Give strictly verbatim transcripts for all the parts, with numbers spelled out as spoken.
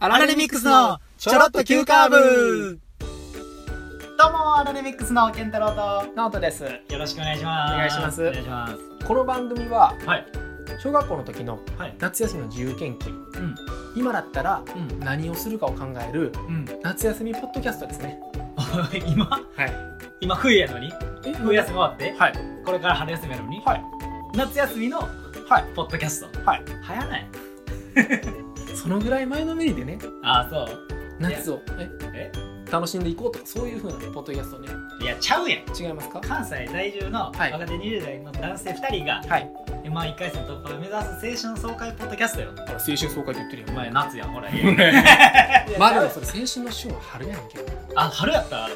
アラレミックスのちょろっと急カーブ。どうもアラレミックスの健太郎と直人です。 よろしくお願いします。 お願いします。 お願いします。 この番組は、 はい、 小学校の時のはい、 夏休みの自由研究、 うん、 今だったらうん何をするかを考える、うん、夏休みポッドキャストですね。 今、 はい、 今冬やのに、 え冬休み終わって、 はい、 これから春休みやのに、 はい、 夏休みの、 はい、 ポッドキャスト、 はい、 早ないそのぐらい前のめりでね、 ああそう夏をええ楽しんでいこうとか、そういう風なポッドキャストね。 いやちゃうやん。 違いますか？ 関西在住のはい若手にじゅう代の男性ふたりが、 はい、 エムワンいっかい戦突破を目指す青春爽快ポッドキャストよ。 ほら青春爽快って言ってるよ。 お前夏やんほらまあでもそれ青春の旬は春やんけど。 あ、春やったあれ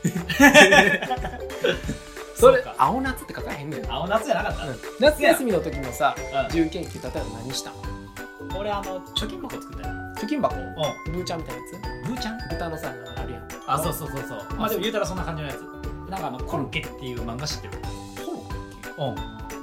それ青夏って書かへんねん。 青夏じゃなかった、うん、 夏休みの時のさ、 うん、 自由研究、例えば何したん？ 俺あの貯金箱作ったよ。 貯金箱？ うん、 ブーちゃんみたいなやつ？ ブーちゃん？ 豚のさ、あるやん。 あ、そうそうそうそう。まあでも言うたらそんな感じのやつ。なんかあのコロッケっていう漫画知ってる？ コロッケ？ うん。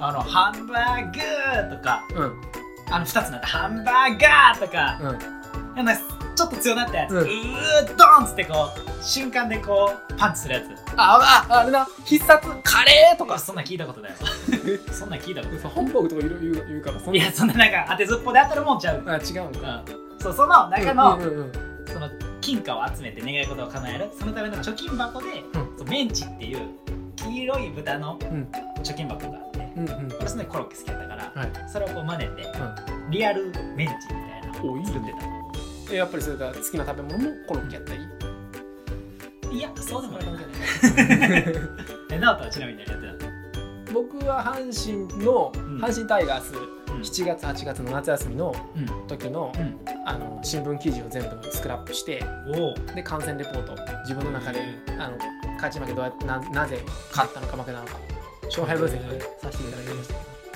あのハンバーグーとか、 うん、 あのふたつになったハンバーガーとか、うん、なんかちょっと強なったやつ、うん、うードーンっつってこう瞬間でこうパンチするやつ。 ああ、あれな、必殺カレーとか。 そんなん聞いたことだよ。そんなん聞いたことない。 ハンバーグとか言う言う言うから。 そんいやそんななんか当てずっぽで当たるもんちゃう。 あ、違うんか。 うん、そうその中の、 うんうんうんうん、 その金貨を集めて願い事を叶える、そのための貯金箱で、うん、メンチっていう黄色い豚の貯金箱があって、うんうん、俺その時コロッケ好きだったから、はい、それをこう真似て、うん、リアルメンチみたいなのを作ってた。 え、やっぱりそれが好きな食べ物もコロッケやったり？ いや、そうでもない。え、直人はちなみに何やってた？ 僕は阪神の、うん、阪神タイガース、うん、しちがつはちがつの夏休みの時の、うん、あの新聞記事を全部スクラップして、うん、で観戦レポート自分の中で、うん、あの勝ち負けどうやって な, なぜ勝ったのか負けたのか勝敗分析を、ね、させていただきました。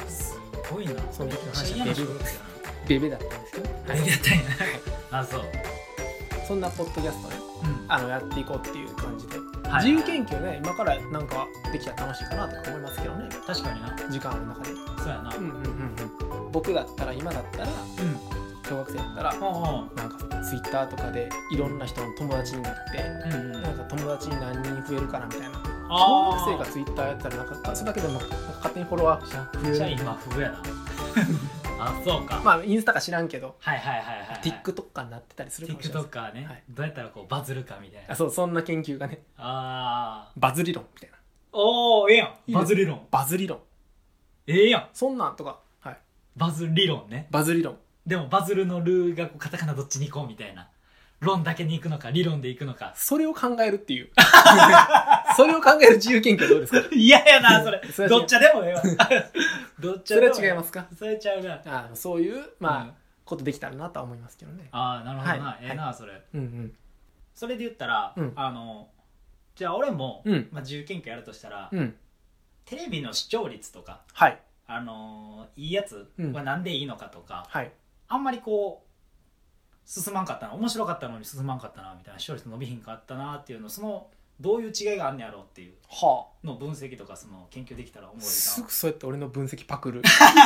すごいな。 その時の話はベベベベだったんですけど、 ベベだったんやな。あ、そう。 そんなポッドキャストね、うん、あのやっていこうっていう感じで、 はい、 自由研究ね、今からなんかできたら楽しいかなとか思いますけどね。 確かにな。 時間ある中で。 そうやな。うんうんうんうん。僕だったら今だったら、うん、小学生だったら、うん、なんかツイッターとかでいろんな人の友達になって、うんうん、なんか友達に何人増えるかなみたいな。小学生がツイッターやったらなんかそれだけでもなんか勝手にフォロワー増える。 じゃあ今不やな。あ、そうか。 まあインスタか知らんけど、 はいはいはいはい、はい、 TikToker になってたりするかもしれない。 TikToker ね、 はい、 どうやったらこうバズるかみたいな。 あ、そう、そんな研究がね。 ああ。 バズ理論みたいな。 おお、ええやん。バズ理論。 バズ理論。 ええやん。 そんなんとか、はい。 バズ理論ね。 バズ理論。 でもバズるのルーがこうカタカナどっちに行こうみたいな。論だけに行くのか理論で行くのか。 それを考えるっていう。それを考える自由研究はどうですか？ 嫌やなそれ。それどっちでもええわ。どっちでも。 それは違いますか？ それちゃうな。 あ、そういうまあ、うん、ことできたらなとは思いますけどね。 ああ、なるほどな。 はい、 ええなそれ。 うんうん。 それで言ったら、うん、あのじゃあ俺も、うん、まあ自由研究やるとしたら、うん、テレビの視聴率とか、 はい、 あのー、いいやつはなんでいいのかとか、 うん、はい、あんまりこう進まんかったな、面白かったのに進まんかったなみたいな、視聴率伸びひんかったなっていうの、そのどういう違いがあんねやろうっていうの分析とかその研究できたらおもろいな。 すぐそうやって俺の分析パクる。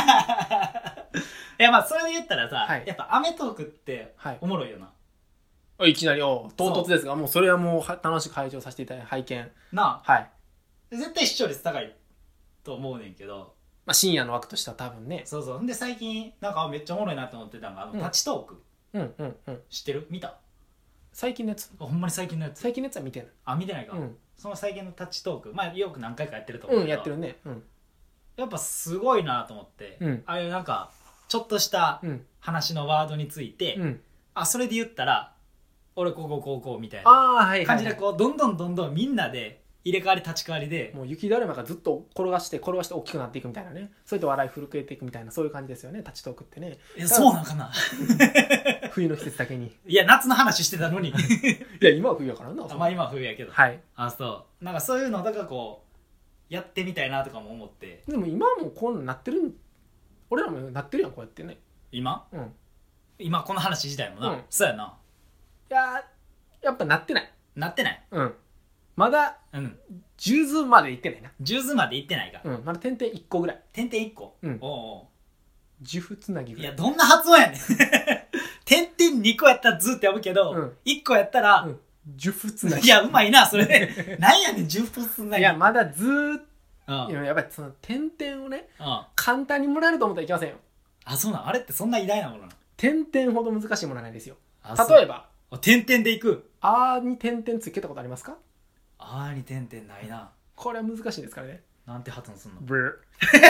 いやまあそれで言ったらさ、はい、やっぱアメトークっておもろいよな。 はい、いきなりお唐突ですが、もうそれはもう楽しく拝聴させていただいて拝見なあ、はい、 絶対視聴率高いと思うねんけど、 まあ、深夜の枠としては多分ね。 そうそう。で最近なんかめっちゃおもろいなと思ってたのがあの、うん、タッチトーク。うんうんうん、知ってる？見た？ 最近のやつ？ ほんまに最近のやつ。 最近のやつは見てない。 あ、見てないか、うん、その最近のタッチトーク、まあよく何回かやってると思うけど、 うん、やってるね、うん、 やっぱすごいなと思って、うん、ああいうなんかちょっとした話のワードについて、うん、あ、それで言ったら俺こうこうこうこうみたいな感じでこうどんどんどんどんみんなで入れ替わり立ち替わりで、 もう雪だるまがずっと転がして転がして大きくなっていくみたいなね、それで笑い震えていくみたいな、そういう感じですよね、タッチトークってね。 いや、そうなんかな。 冬の季節だけに。 いや、夏の話してたのに。いや、今は冬やからな。 まあ今は冬やけど。 はい。 あ、そう。なんかそういうのだからこうやってみたいなとかも思って。 でも今もこうなってる、俺らもなってるやん、こうやってね。 今？うん。今この話自体もな。 うん、 そうやな。 いや、やっぱなってない。 なってない。 うん。まだ、うん、じゅうずまでいってないな。 じゅうずまでいってないか。 うん、まだ点々いっこぐらい。 点々いっこ。 うん。 おうおう。 じゅふつなぎぐらい。 いや、どんな発音やねん。 点々にこやったらずって呼ぶけど、うん、いっこやったら、うん、 十歩つなぎ。 いやうまいなそれでなんやねん十歩つなぎ。 いやまだずーっと、うん、やっぱりその点々をね、うん、簡単にもらえると思ったらいけませんよ。 あ、そうなん。あれってそんな偉大なものなの？ 点々ほど難しいものはないですよ。例えば点々でいく。 あーに点々つけたことありますか？ あーに点々ないな。 これは難しいですからね。 なんて発音すんの？ ブル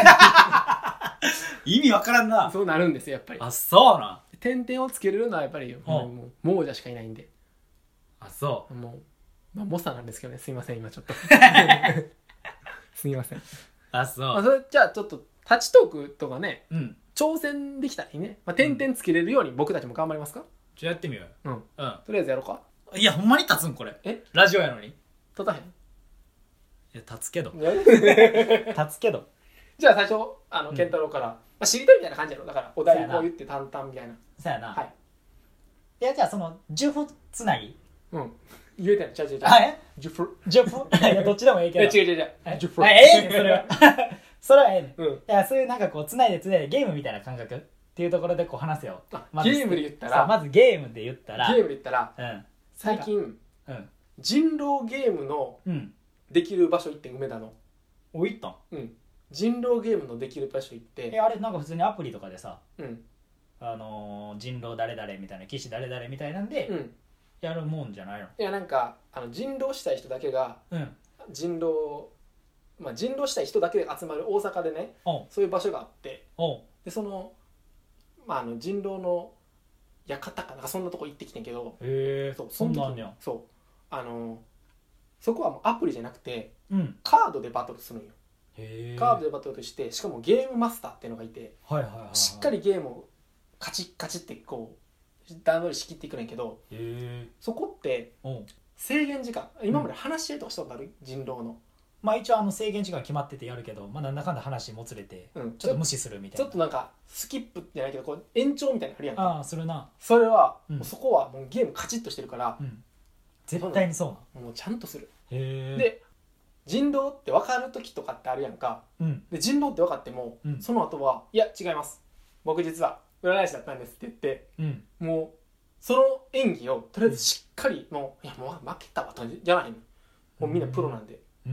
意味わからんな。 そうなるんですよやっぱり。 あ、そうな。 点々をつけれるのはやっぱりもう、もう亡者しかいないんで。 あ、そう。 もうまあ猛者なんですけどね。すいません今ちょっとすいません。 あ、そう。 まあ、それじゃあちょっとタッチトークとかね、 うん、 挑戦できたらいいね。まあ、点々つけれるように僕たちも頑張りますか？ じゃあやってみようよ。 うん、うん、とりあえずやろうか。 いやほんまに立つんこれ？えラジオやのに立たへん？いや立つけど立つけど。 じゃあ最初あの健太郎から、うん、まあ、知りたいみたいな感じやろ。だからお題こう言って淡々みたいな。 そうやな。 はい。 いやじゃあそのじゅっぷつなぎ。 うん。言えたよ。ちゃうちゃうちゃう。 あえじゅっぷじゅっぷいやどっちでもいいけど。 え違う違う違う。じゅっぷあええねんそれはそれはええねん。うん。いやそういうなんかこうつないでつないでゲームみたいな感覚っていうところでこう話せよ。 ま、ゲームで言ったらまずゲームで言ったらゲームで言ったら、 うん、 最近、うん、人狼ゲームのできる場所行って梅田の。 お行ったん？ うん。人狼ゲームのできる場所行って。 えあれなんか普通にアプリとかでさ、 うん、 あのー、人狼誰々みたいな騎士誰々みたいなんで、うん、やるもんじゃないの？ いやなんかあの人狼したい人だけが、うん、人狼まあ人狼したい人だけで集まる大阪でね、そういう場所があって、でそのまああの人狼の館かなんかそんなとこ行ってきてんけど、 へえ、 そうそんなんねや。 そうあのそこはもうアプリじゃなくて、 うん、 カードでバトルするんよ。へカードでバトルしてしかもゲームマスターっていうのがいて、 はいはいはいはい、 しっかりゲームをカチッカチッってこう段取り仕切っていくねんけど、 へそこって制限時間今まで話し合いとかしたことある、うん、人狼の。 まあ一応あの制限時間決まっててやるけど、まあ、なんだかんだ話もつれて、うん、ちょっと無視するみたいな。 ちょっとなんかスキップじゃないけどこう延長みたいなのあるやんか。 ああするな。 それは、うん、そこはもうゲームカチッとしてるから、うん、 絶対にそうなもうちゃんとする。 へえ。 で人狼って分かる時とかってあるやんか、うん、で人狼って分かっても、うん、その後はいや違います僕実は占い師だったんですって言って、うん、もうその演技をとりあえずしっかり、うん、もういやもう負けたわとじゃないの。もうみんなプロなんで、うん、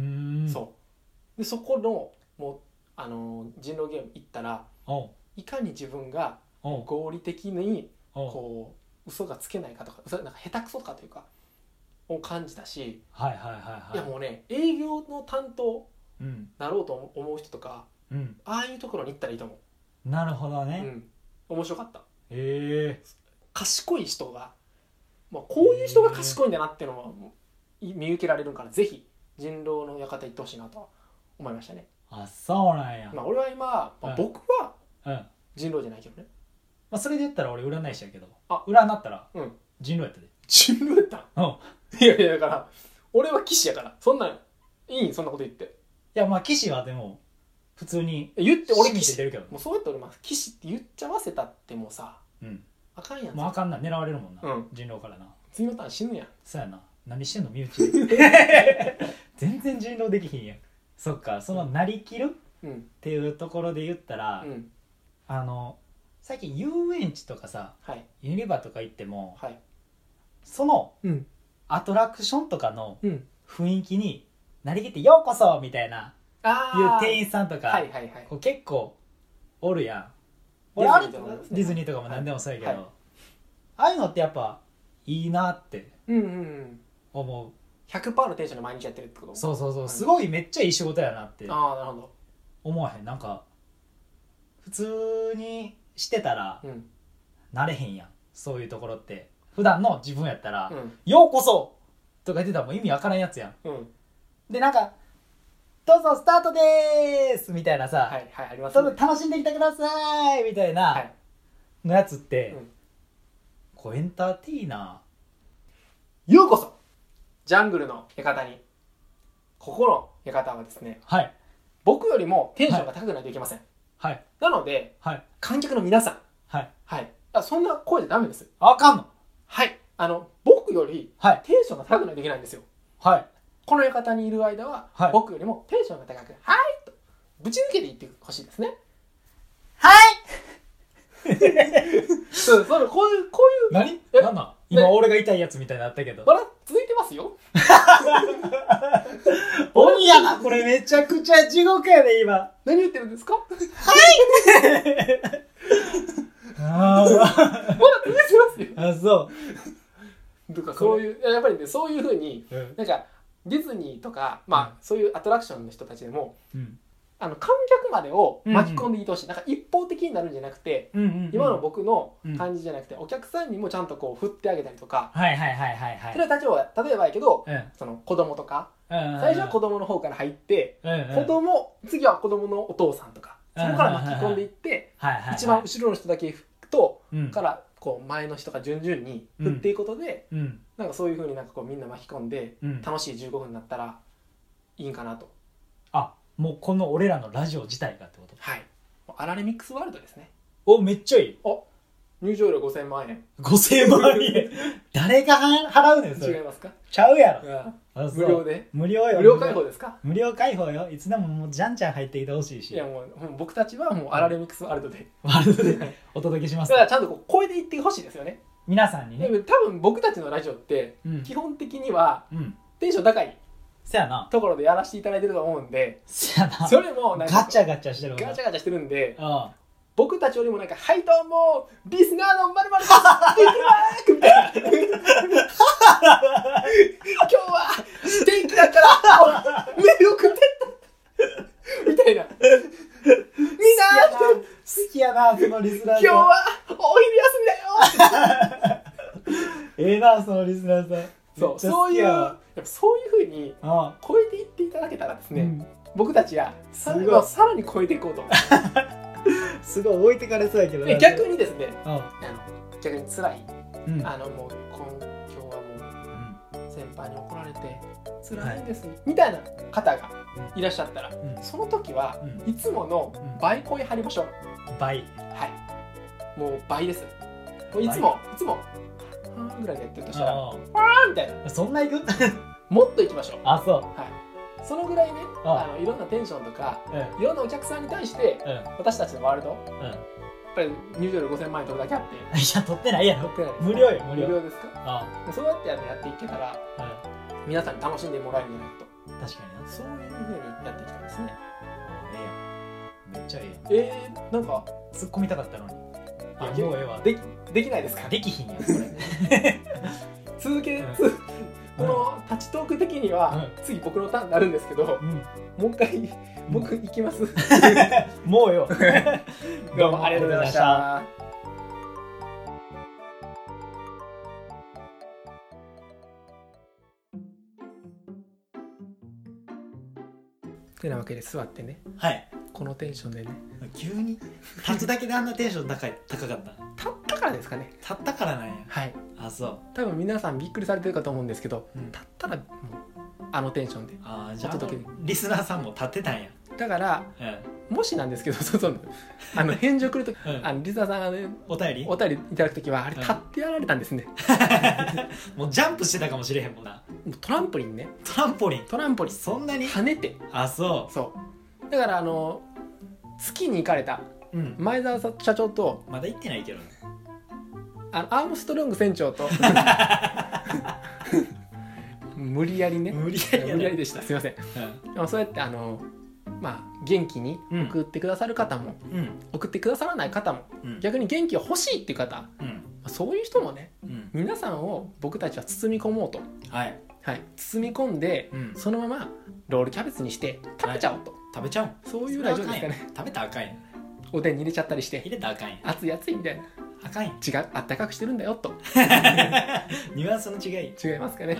そうでそこのもうあの人狼ゲーム行ったらいかに自分が合理的にこう嘘がつけないかとかそれなんか下手くそかというかを感じたし、 はいはいはいはい、 いやもうね営業の担当なろうと思う人とか、うん、ああいうところに行ったらいいと思う。なるほどね、 うん、面白かった。 へえ。 賢い人が、まあ、こういう人が賢いんだなっていうのは見受けられるからぜひ人狼の館行ってほしいなとは思いましたね。 あそうなんや。 まあ、俺は今、まあ、僕は人狼じゃないけどね、 まあ、それで言ったら俺占い師やけどあ占ったら人狼やったで。 人狼やったん？うんいやいやだから俺は騎士やからそんなんいいそんなこと言って。いやまあ騎士はでも普通に言って俺騎士出るけどもうそうやって俺まあ騎士って言っちゃわせたってもうさ、うん、あかんやん。 もうあかんな狙われるもんな、うん、人狼からな。 次のターン死ぬやん。 そうやな。何してんの身内全然人狼できひんやん。そっかそのなりきる、うん、っていうところで言ったら、うん、あの最近遊園地とかさ、はい、ユニバとか行っても、はい、その、うんアトラクションとかの雰囲気になりきってようこそみたいないう店員さんとか、はいはいはい、こう結構おるやん。俺あれディズニーとかも何でもそうやけど、はいはい、ああいうのってやっぱいいなって思う、うんうんうん、 ひゃくパーセント のテンションで毎日やってるってこと。 そうそうそう、はい、すごいめっちゃいい仕事やなってああなるほど思わへん。なんか普通にしてたら、うん、なれへんやんそういうところって。普段の自分やったら、うん、ようこそとか言ってたらもう意味わからんやつやん、うん、でなんかどうぞスタートでーすみたいなさ、はいはいありますね、どうぞ楽しんできてくださいみたいな、はい、のやつって、うん、こうエンターテイナーようこそジャングルの館に。ここの館はですね、はい、僕よりもテンションが高くないといけません、はい、なので、はい、観客の皆さん、はいはい、あそんな声じゃダメです。 あかんの。 はいあの僕よりテンションが高くないといけないんですよ。はい。この館にいる間は、はい、僕よりもテンションが高くはいとぶち抜けていってほしいですね。 はいそうそうこういうこういう何何なん今俺が痛いやつみたいになったけどまだ続いてますよ鬼やなこれめちゃくちゃ地獄やで今何言ってるんですかはいああまだ続いてますよあそうとかそういうやっぱりねそういう風に、うん、なんかディズニーとかまあ、うん、そういうアトラクションの人たちでも、うん、あの観客までを巻き込んでいてほしい、うんうん、なんか一方的になるんじゃなくて、うんうんうん、今の僕の感じじゃなくて、うん、お客さんにもちゃんとこう振ってあげたりとか、 はいはいはいはいはい、 それは例えば例えばやけど、うん、その子供とか、うんうんうん、最初は子供の方から入って、うんうん、子供次は子供のお父さんとかそこから巻き込んでいって、うんうんうん、一番後ろの人だけと、うん、からこう前の人が順々に振っていくことで、うん、なんかそういう風になんかこうみんな巻き込んで、うん、楽しいじゅうごふんになったらいいんかなと。 あ、もうこの俺らのラジオ自体がってこと？ はい。アラレミックスワールドですね。 お、めっちゃいい。 お、入場料ごせんまんえん。 ごせんまんえん誰が払うねんそれ。 違いますか？ ちゃうやろ。 あ、無料で。 無料よ。 無料開放ですか？ 無料開放よ。いつでももうじゃんじゃん入ってきてほしいし。 いやもう僕たちはもうアラレミックスワールドで、 ワールドでお届けします。 だからちゃんとこう超えていってほしいですよね。 皆さんにね。 多分僕たちのラジオって基本的にはテンション高い。 せやな。 ところでやらせていただいてると思うんで、 せやな。 それもなんかガチャガチャしてる。 ガチャガチャしてるんで、 うん、 僕たちよりもなんかはいどうもリスナーのまるまるです。ビッグマークみたいな。今日は天気だからメール送ってみたいな。みんな好きやなそのリスナーさん。 今日はお昼休みだよ。 ええなそのリスナーさん。 そうそういうやっぱそういう風に超えていっていただけたらですね、うん、僕たちはさらにさらに超えていこうとすごい置いてかれそうやけど、ね、 逆にですね、うん、あの逆に辛い、うん、あのもう今今日はもう先輩に怒られて辛いんです、はい、みたいな方がいらっしゃったら、うん、その時は、うん、いつもの倍声張りましょう。 倍、 はいもう倍です。もういつもいつもぐらいでやってるとしたらわーみたいな。 そんな行くもっと行きましょう。 あ、そう、 はい、そのぐらいねあのいろんなテンションとか、うん、いろんなお客さんに対して、うん、私たちのワールド、うん、やっぱり入場料ごせんまんえん取るだけあっていや取ってないやろ。 取ってないです。 無料よ無料。 無料ですか？ああそうやってやっていけたら、うん、皆さんに楽しんでもらえるんじゃないかと。 確かにな。 そういう風にやっていきたいですね。 ええやんめっちゃええやん。えー、なんか突っ込みたかったのにあ、もうええわ。 でできないですか？ できひんやんこれ続け、うん、つこの立ちトーク的には、うん、次僕のターンになるんですけど、うん、もう一回僕行きます、うん、 もうよどうもありがとうございました。てなわけで座ってね、 はい、 このテンションでね急に立つだけであんなテンション高い高かった。 立ったからですかね。 立ったからなんや。 はい。 あ、そう。 多分皆さんびっくりされてるかと思うんですけど、うん、立ったらもうあのテンションで。 ああ、じゃあリスナーさんも立ってたんや。 だから、うん、もしなんですけど、そうそうあの返事を来るとき、うん、あのリスナーさんがねお便りお便りいただくときはあれ立ってやられたんですね。 うん、もうジャンプしてたかもしれへんもんな。 トランポリンね。 トランポリン。 トランポリン。 そんなに跳ねて。 あ、そう。 そう。だからあの月に行かれた前澤社長と、 まだ行ってないけどね。 あのアームストロング船長と無理やりね無理やり無理やりでした。すいません、うん、でもそうやってあのまあ元気に送ってくださる方も、うん、送ってくださらない方も、うん、逆に元気を欲しいっていう方、うん、そういう人もね、うん、皆さんを僕たちは包み込もうと、 はいはい、包み込んで、うん、そのままロールキャベツにして食べちゃおうと、はい、 食べちゃう。 そういうラジオですかね。 食べたらあかんやん。 おでんに入れちゃったりして入れたらあかんやん。 熱い熱いみたいな。 あかんやん。 違う、あったかくしてるんだよとニュアンスの違い違いますかね、うん、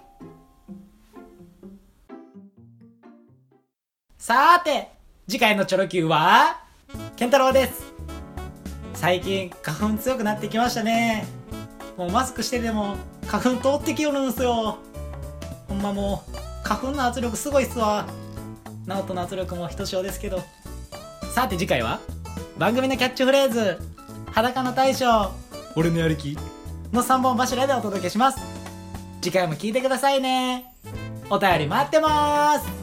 さーて次回のチョロ Q は健太郎です。最近花粉強くなってきましたね。もうマスクしてでも花粉通ってきよるんすよ。ほんまもう花粉の圧力すごいっすわ。ナオトの圧力もひとしおですけど。さて次回は番組のキャッチフレーズ裸の大将俺のやる気のさんぼん柱でお届けします。次回も聞いてくださいね。お便り待ってます。